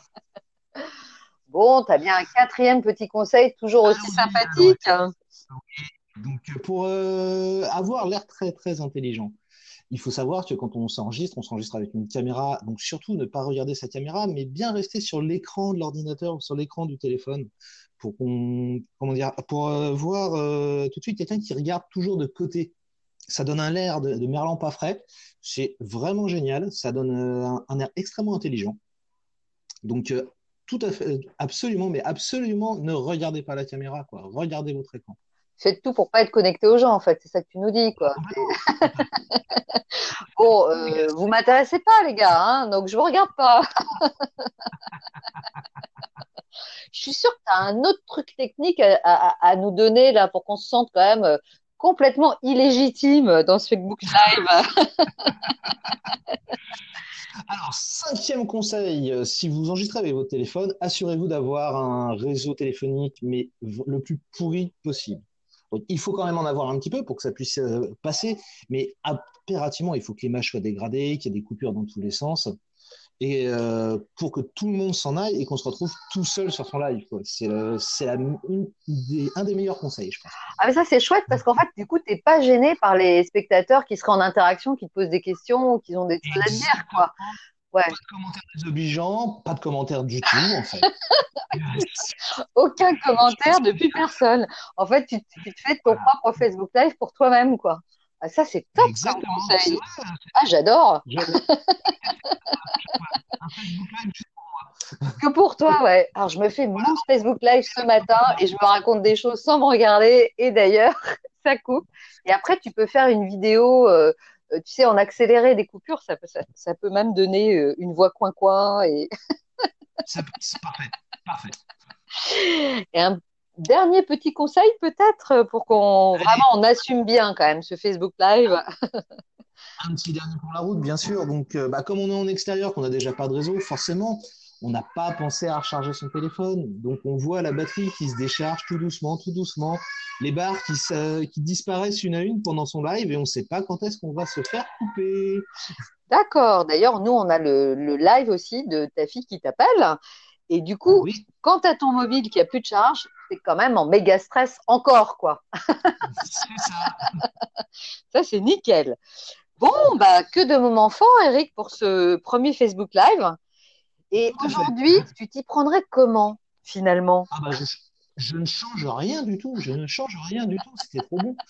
bon, tu as bien un quatrième petit conseil, toujours Ah aussi oui, alors sympathique. donc pour euh, avoir l'air très très intelligent, il faut savoir que quand on s'enregistre, on s'enregistre avec une caméra, donc surtout ne pas regarder sa caméra, mais bien rester sur l'écran de l'ordinateur ou sur l'écran du téléphone pour qu'on, comment dire, pour euh, voir euh, tout de suite quelqu'un qui regarde toujours de côté. Ça donne un air de, de merlan pas frais. C'est vraiment génial. Ça donne euh, un, un air extrêmement intelligent. Donc, euh, tout à fait, absolument, mais absolument, ne regardez pas la caméra, quoi. Regardez votre écran. Faites tout pour pas être connecté aux gens, en fait. C'est ça que tu nous dis, quoi. Complètement, complètement. Bon, euh, vous m'intéressez pas, les gars, hein, donc je vous regarde pas. Je suis sûre que tu as un autre truc technique à, à- à nous donner là pour qu'on se sente quand même euh, complètement illégitime dans ce Facebook Live. Alors, cinquième conseil, euh, si vous enregistrez avec votre téléphone, assurez-vous d'avoir un réseau téléphonique, mais v- le plus pourri possible. Donc, il faut quand même en avoir un petit peu pour que ça puisse euh, passer, mais impérativement, il faut que l'image soit dégradée, qu'il y ait des coupures dans tous les sens, et euh, pour que tout le monde s'en aille et qu'on se retrouve tout seul sur son live, quoi. C'est le- c'est la- une des- un des meilleurs conseils, je pense. Ah mais ça c'est chouette parce qu'en fait du coup t'es pas gêné par les spectateurs qui seraient en interaction, qui te posent des questions ou qui ont des choses à te dire quoi. Exactement. Ouais, Pas de commentaires désobligeants, pas de commentaires du tout, en fait. aucun commentaire depuis personne. En fait tu, tu te fais ton Voilà. propre Facebook Live pour toi-même quoi. Ah, ça c'est top comme Exactement. C'est conseil. vrai. Ah j'adore. J'avais un Facebook Live. Que pour toi, ouais. Alors, je me fais mon Facebook Live ce matin et je me raconte des choses sans me regarder. Et d'ailleurs, ça coupe. Et après, tu peux faire une vidéo, euh, euh, tu sais, en accéléré des coupures. Ça peut, ça, ça peut même donner euh, une voix coin-coin. Et, C'est c'est parfait. Parfait. et un dernier petit conseil, peut-être, euh, pour qu'on Allez, vraiment on assume bien quand même ce Facebook Live. un petit dernier pour la route, bien sûr. Donc, euh, bah, comme on est en extérieur, qu'on n'a déjà pas de réseau, forcément, on n'a pas pensé à recharger son téléphone. Donc, on voit la batterie qui se décharge tout doucement, tout doucement, les barres qui, se- qui disparaissent une à une pendant son live et on ne sait pas quand est-ce qu'on va se faire couper. D'accord. D'ailleurs, nous, on a le, le live aussi de ta fille qui t'appelle. Et du Ah coup, oui, quand tu as ton mobile qui a plus de charge, c'est quand même en méga stress encore, quoi. c'est ça. Ça, c'est nickel. Bon, bah, que de moments forts, Eric, pour ce premier Facebook Live. Et Tout à fait. aujourd'hui, tu t'y prendrais comment, finalement? Ah bah, je, je ne change rien du tout. Je ne change rien du tout. C'était trop bon.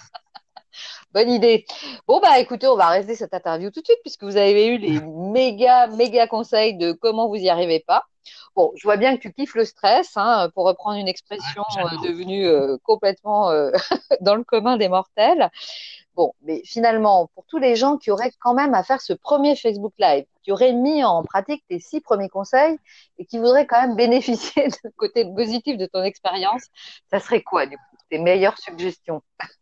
Bonne idée. Bon, bah, écoutez, on va arrêter cette interview tout de suite, puisque vous avez eu les méga, méga conseils de comment vous y arrivez pas. Bon, je vois bien que tu kiffes le stress, hein, pour reprendre une Ah, expression euh, j'adore. devenue euh, complètement euh, dans le commun des mortels. Bon, mais finalement, pour tous les gens qui auraient quand même à faire ce premier Facebook Live, qui auraient mis en pratique tes six premiers conseils et qui voudraient quand même bénéficier du côté positif de ton expérience, ça serait quoi, du coup, tes meilleures suggestions?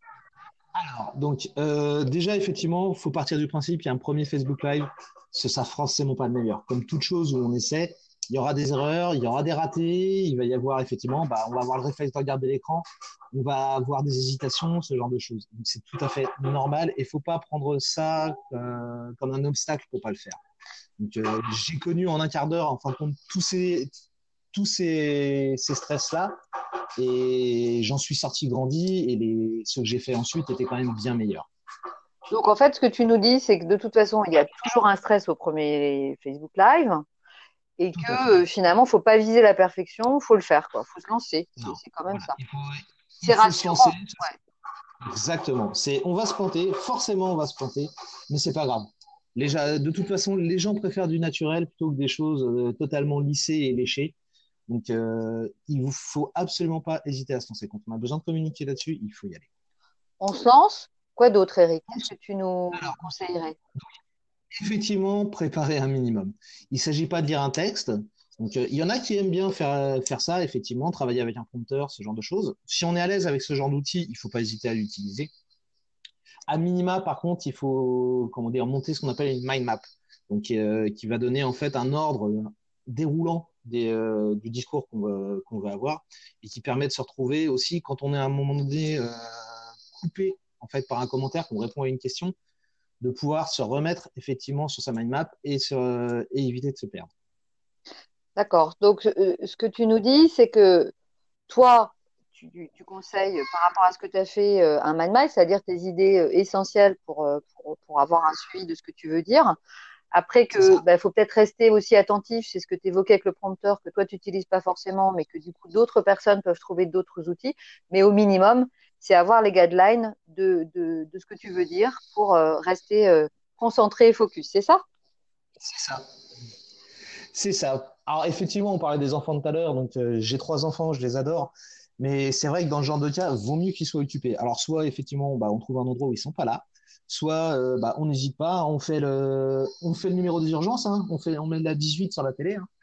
Alors, donc, euh, déjà, effectivement, il faut partir du principe qu'il y a un premier Facebook Live. Ce sera forcément pas le meilleur. Comme toute chose où on essaie, il y aura des erreurs, il y aura des ratés, il va y avoir effectivement, bah, on va avoir le réflexe de regarder l'écran, on va avoir des hésitations, ce genre de choses. Donc, c'est tout à fait normal et il faut pas prendre ça euh, comme un obstacle pour pas le faire. Donc, euh, j'ai connu en un quart d'heure, en fin de compte, tous ces, tous ces, ces stress-là. Et j'en suis sorti grandi et les, ce que j'ai fait ensuite était quand même bien meilleur. Donc, en fait, ce que tu nous dis, c'est que de toute façon, il y a toujours un stress au premier Facebook Live et Tout à que fait. euh, finalement, faut pas viser la perfection, faut le faire, quoi. Faut se lancer. C'est Non, c'est quand même voilà, ça. il faut, C'est il faut se lancer. rassurant. Ouais. Exactement. C'est, on va se planter, forcément on va se planter, mais c'est pas grave. Les gens- de toute façon, les gens préfèrent du naturel plutôt que des choses euh, totalement lissées et léchées. Donc, euh, il vous faut absolument pas hésiter à se lancer. Quand on a besoin de communiquer là-dessus, il faut y aller. On se lance. Quoi d'autre, Eric? Qu'est-ce que tu nous Alors, conseillerais? effectivement, préparer un minimum. Il ne s'agit pas de lire un texte. Donc, euh, il y en a qui aiment bien faire, faire ça, effectivement, travailler avec un prompteur, ce genre de choses. Si on est à l'aise avec ce genre d'outil, il ne faut pas hésiter à l'utiliser. À minima, par contre, il faut, comment dire, monter ce qu'on appelle une mind map. Donc, euh, qui va donner en fait un ordre déroulant des, euh, du discours qu'on va, qu'on va avoir et qui permet de se retrouver aussi quand on est à un moment donné euh, coupé en fait par un commentaire, qu'on répond à une question, de pouvoir se remettre effectivement sur sa mind map et, sur, et éviter de se perdre. D'accord. Donc, euh, ce que tu nous dis, c'est que toi, tu, tu conseilles, euh, par rapport à ce que tu as fait, euh, un mind map, c'est-à-dire tes idées euh, essentielles pour, euh, pour, pour avoir un suivi de ce que tu veux dire. Après C'est que, ça. bah, faut peut-être rester aussi attentif, c'est ce que tu évoquais avec le prompteur, que toi, tu n'utilises pas forcément, mais que du coup, d'autres personnes peuvent trouver d'autres outils. Mais au minimum, c'est avoir les guidelines de, de, de ce que tu veux dire pour euh, rester euh, concentré et focus. C'est ça? C'est ça. C'est ça. Alors effectivement, on parlait des enfants tout à l'heure, donc euh, j'ai trois enfants, je les adore, mais c'est vrai que dans ce genre de cas, vaut mieux qu'ils soient occupés. Alors soit effectivement, bah, on trouve un endroit où ils sont pas là, soit euh, bah, on n'hésite pas, on fait le, on fait le numéro des urgences, hein, on fait, on met la dix-huit sur la télé, hein.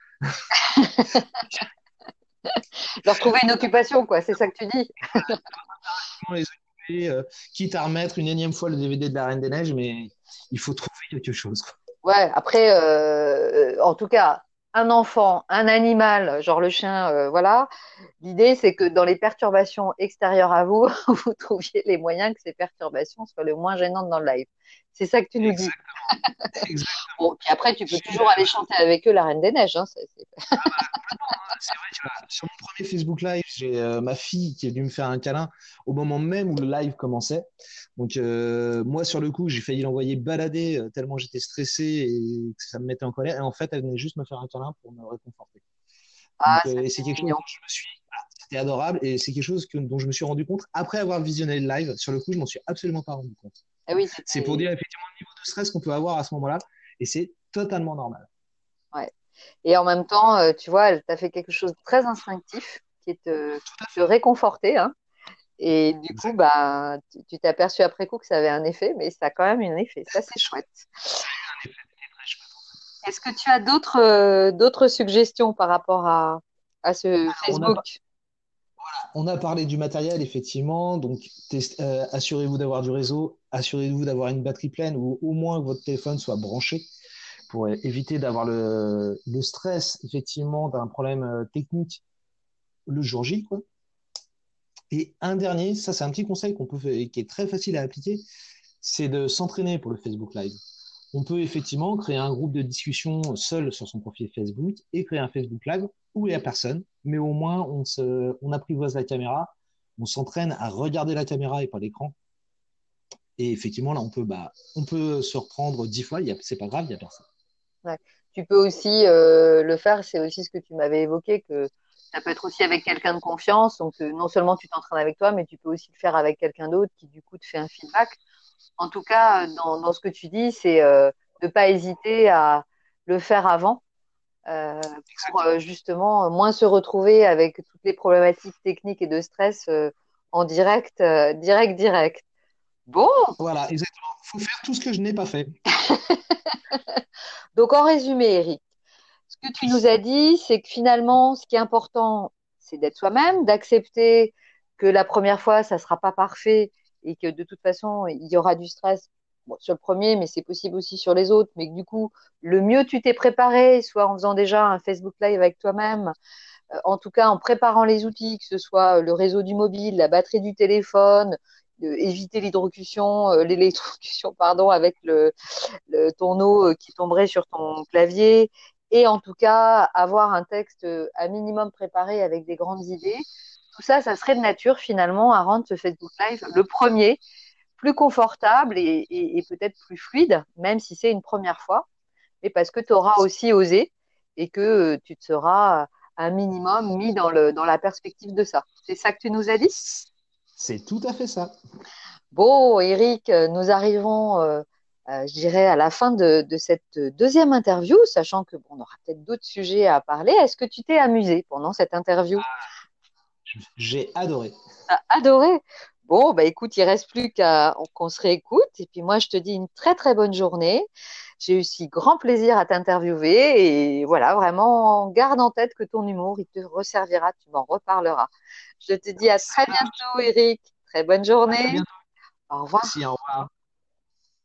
Leur trouver une occupation, quoi. C'est ça que tu dis? On les occuper, euh, quitte à remettre une énième fois le D V D de la Reine des Neiges, mais il faut trouver quelque chose, quoi. Ouais, après, euh, en tout cas, un enfant, un animal, genre le chien, euh, voilà. L'idée, c'est que dans les perturbations extérieures à vous, vous trouviez les moyens que ces perturbations soient le moins gênantes dans le live. C'est ça que tu nous dis. Exactement, exactement. Bon, puis après, tu Je peux suis toujours aller chanter avec eux la Reine des Neiges. Hein, c'est- c'est- C'est vrai, tu vois, sur mon premier Facebook Live, j'ai euh, ma fille qui est venue me faire un câlin au moment même où le live commençait. Donc, euh, moi, sur le coup, j'ai failli l'envoyer balader euh, tellement j'étais stressé et que ça me mettait en colère. Et en fait, elle venait juste me faire un câlin pour me réconforter. Ah, Donc, euh, ça, et c'est c'est quelque chose mignon. dont je me suis. Ah, c'était adorable et c'est quelque chose que- dont je me suis rendu compte après avoir visionné le live. Sur le coup, je m'en suis absolument pas rendu compte. Ah oui, C'est pour c'était. dire effectivement le niveau de stress qu'on peut avoir à ce moment-là et c'est totalement normal. Ouais. Et en même temps, euh, tu vois, elle t'a fait quelque chose de très instinctif, qui est de Tout à te fait. réconforter, hein. Et du coup, Exact. bah, tu tu t'es aperçu après coup que ça avait un effet, mais ça a quand même un effet. Ça, c'est chouette. Est-ce que tu as d'autres euh, d'autres suggestions par rapport à, à ce On a, Facebook? On a parlé du matériel, effectivement. Donc, test- euh, assurez-vous d'avoir du réseau, assurez-vous d'avoir une batterie pleine ou au moins que votre téléphone soit branché pour euh, éviter d'avoir le, le stress, effectivement, d'un problème euh, technique le jour J, quoi. Et un dernier, ça, c'est un petit conseil qu'on peut faire, qui est très facile à appliquer, c'est de s'entraîner pour le Facebook Live. On peut effectivement créer un groupe de discussion seul sur son profil Facebook et créer un Facebook Live où il n'y a personne, mais au moins on, se, on apprivoise la caméra, on s'entraîne à regarder la caméra et pas l'écran. Et effectivement, là, on peut, bah, on peut se reprendre dix fois, c'est pas grave, il n'y a personne. Ouais. Tu peux aussi euh, le faire, c'est aussi ce que tu m'avais évoqué, que ça peut être aussi avec quelqu'un de confiance. Donc, euh, non seulement tu t'entraînes avec toi, mais tu peux aussi le faire avec quelqu'un d'autre qui, du coup, te fait un feedback. En tout cas, euh, dans, dans ce que tu dis, c'est euh, de ne pas hésiter à le faire avant euh, pour euh, justement moins se retrouver avec toutes les problématiques techniques et de stress euh, en direct, euh, direct, direct. Bon, Voilà, exactement. Il faut faire tout ce que je n'ai pas fait. donc en résumé, Eric, ce que tu nous as dit, c'est que finalement, ce qui est important, c'est d'être soi-même, d'accepter que la première fois, ça ne sera pas parfait et que de toute façon, il y aura du stress bon, sur le premier, mais c'est possible aussi sur les autres. Mais que du coup, le mieux tu t'es préparé, soit en faisant déjà un Facebook Live avec toi-même, euh, en tout cas en préparant les outils, que ce soit le réseau du mobile, la batterie du téléphone, de éviter l'hydrocution, euh, l'électrocution, pardon, avec le, le, ton eau euh, qui tomberait sur ton clavier, et en tout cas avoir un texte euh, à minimum préparé avec des grandes idées. Tout ça, ça serait de nature finalement à rendre ce Facebook Live le premier, plus confortable et, et, et peut-être plus fluide, même si c'est une première fois, mais parce que tu auras aussi osé et que euh, tu te seras un minimum mis dans, le, dans la perspective de ça. C'est ça que tu nous as dit? C'est tout à fait ça. Bon, Eric, euh, nous arrivons, euh, euh, je dirais, à la fin de, de cette deuxième interview, sachant que bon, on aura peut-être d'autres sujets à parler. Est-ce que tu t'es amusé pendant cette interview? J'ai adoré. T'as adoré? Bon, bah écoute, il reste plus qu'à qu'on se réécoute. Et puis moi, je te dis une très très bonne journée. J'ai eu aussi grand plaisir à t'interviewer. Et voilà, vraiment, garde en tête que ton humour, il te resservira, tu m'en reparleras. Je te dis à Ça très marche. bientôt, Eric. Très bonne À très journée. bientôt. Au revoir. Merci, au revoir.